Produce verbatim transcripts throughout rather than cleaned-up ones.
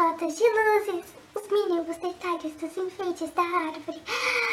fotos de luzes, os mínimos detalhes dos enfeites da árvore.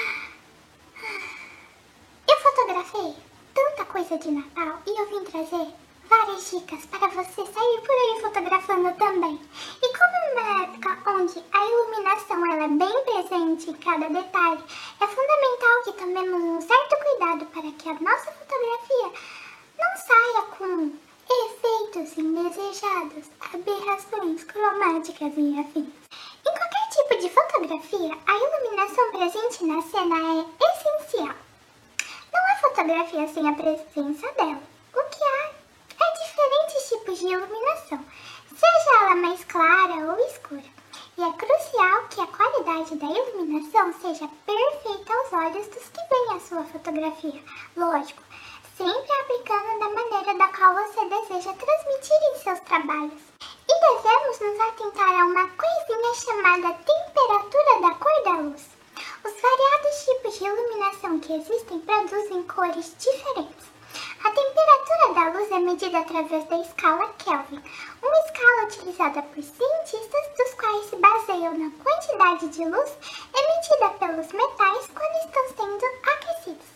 Eu fotografei tanta coisa de Natal e eu vim trazer várias dicas para você sair por aí fotografando também. E como é uma época onde a iluminação ela é bem presente em cada detalhe, é fundamental que tomemos um certo cuidado para que a nossa fotografia não saia com efeitos indesejados, aberrações cromáticas e afins. Em qualquer tipo de fotografia, a iluminação presente na cena é essencial. Não há fotografia sem a presença dela. O que há é diferentes tipos de iluminação, seja ela mais clara ou escura. E é crucial que a qualidade da iluminação seja perfeita aos olhos dos que veem a sua fotografia. Lógico, sempre aplicando da maneira da qual você deseja transmitir em seus trabalhos. E devemos nos atentar a uma coisinha chamada temperatura da cor da luz. Os variados tipos de iluminação que existem produzem cores diferentes. A temperatura da luz é medida através da escala Kelvin, uma escala utilizada por cientistas dos quais se baseiam na quantidade de luz emitida pelos metais quando estão sendo aquecidos.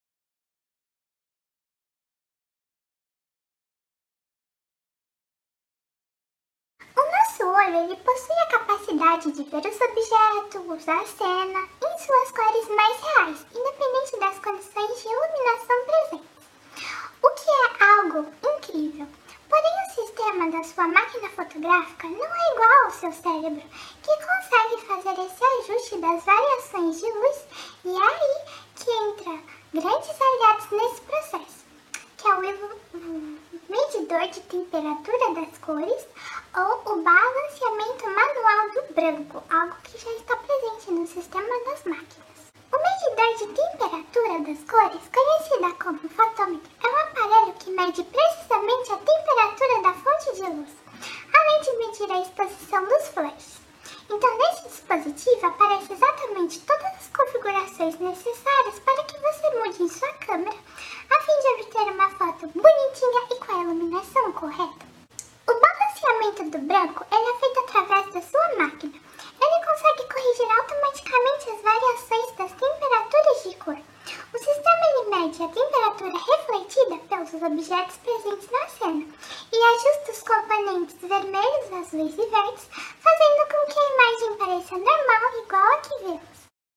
O nosso olho ele possui a capacidade de ver os objetos, a cena, em suas cores mais reais, independente das condições de iluminação presentes. O que é algo incrível. Porém, o sistema da sua máquina fotográfica não é igual ao seu cérebro, que consegue fazer esse ajuste das variações de luz, e é aí que entra grandes aliados nesse processo, que é o ilu- medidor de temperatura das cores ou o balanceamento manual do branco, algo que já está presente no sistema das máquinas. O medidor de temperatura das cores, conhecida como fotômetro, é um aparelho que mede precisamente a temperatura da fonte de luz, além de medir a exposição dos flashes. Então, nesse dispositivo aparecem exatamente todas as configurações necessárias para que você mude em sua câmera, a fim de obter uma foto bonitinha e com a iluminação correta. O balanceamento do branco ele é feito através da sua máquina. Ele consegue corrigir automaticamente as variações das temperaturas de cor. O sistema ele mede a temperatura refletida pelos objetos presentes na cena e ajusta os componentes vermelhos, azuis e verdes, fazendo com que a imagem pareça normal, igual a que vemos.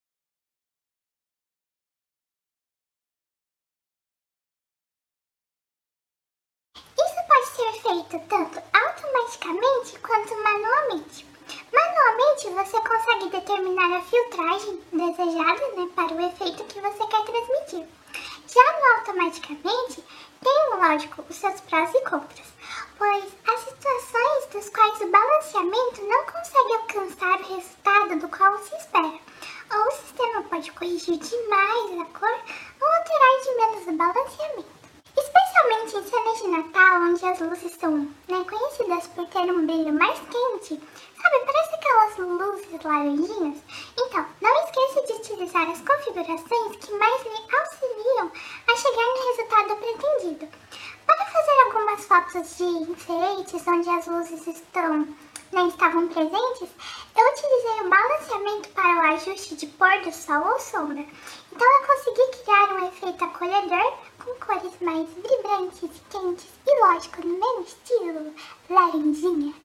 Isso pode ser feito tanto automaticamente quanto manualmente. Manualmente, você consegue determinar a filtragem desejada, né, para o efeito que você quer transmitir. Já no automaticamente, tem, lógico, os seus prós e contras, pois há situações das quais o balanceamento não consegue alcançar o resultado do qual se espera, ou o sistema pode corrigir demais a cor ou alterar de menos o balanceamento. Especialmente em cenas de Natal, onde as luzes são, né, conhecidas por ter um brilho mais quente, sabe, parece aquelas luzes laranjinhas? Então, não esqueça de utilizar as configurações que mais lhe auxiliam a chegar no resultado pretendido. Para fazer algumas fotos de enfeites onde as luzes estão, né, estavam presentes, eu utilizei o balanceamento para o ajuste de pôr do sol ou sombra. Então eu consegui criar um efeito acolhedor com cores mais vibrantes e quentes e, lógico, no mesmo estilo laranjinha.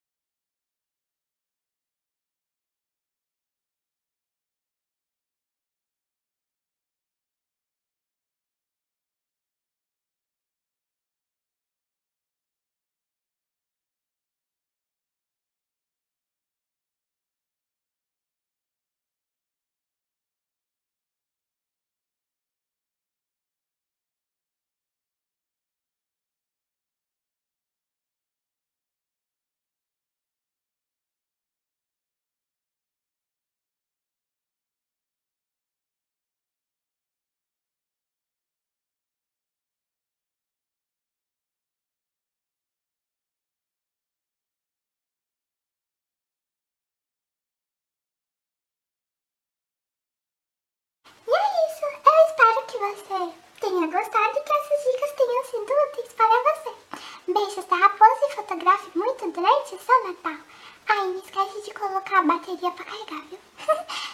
E é isso, eu espero que você tenha gostado e que essas dicas tenham sido úteis para você. Beijos, tá? Pose e fotografe muito durante o seu Natal. Ai, não esquece de colocar a bateria pra carregar, viu?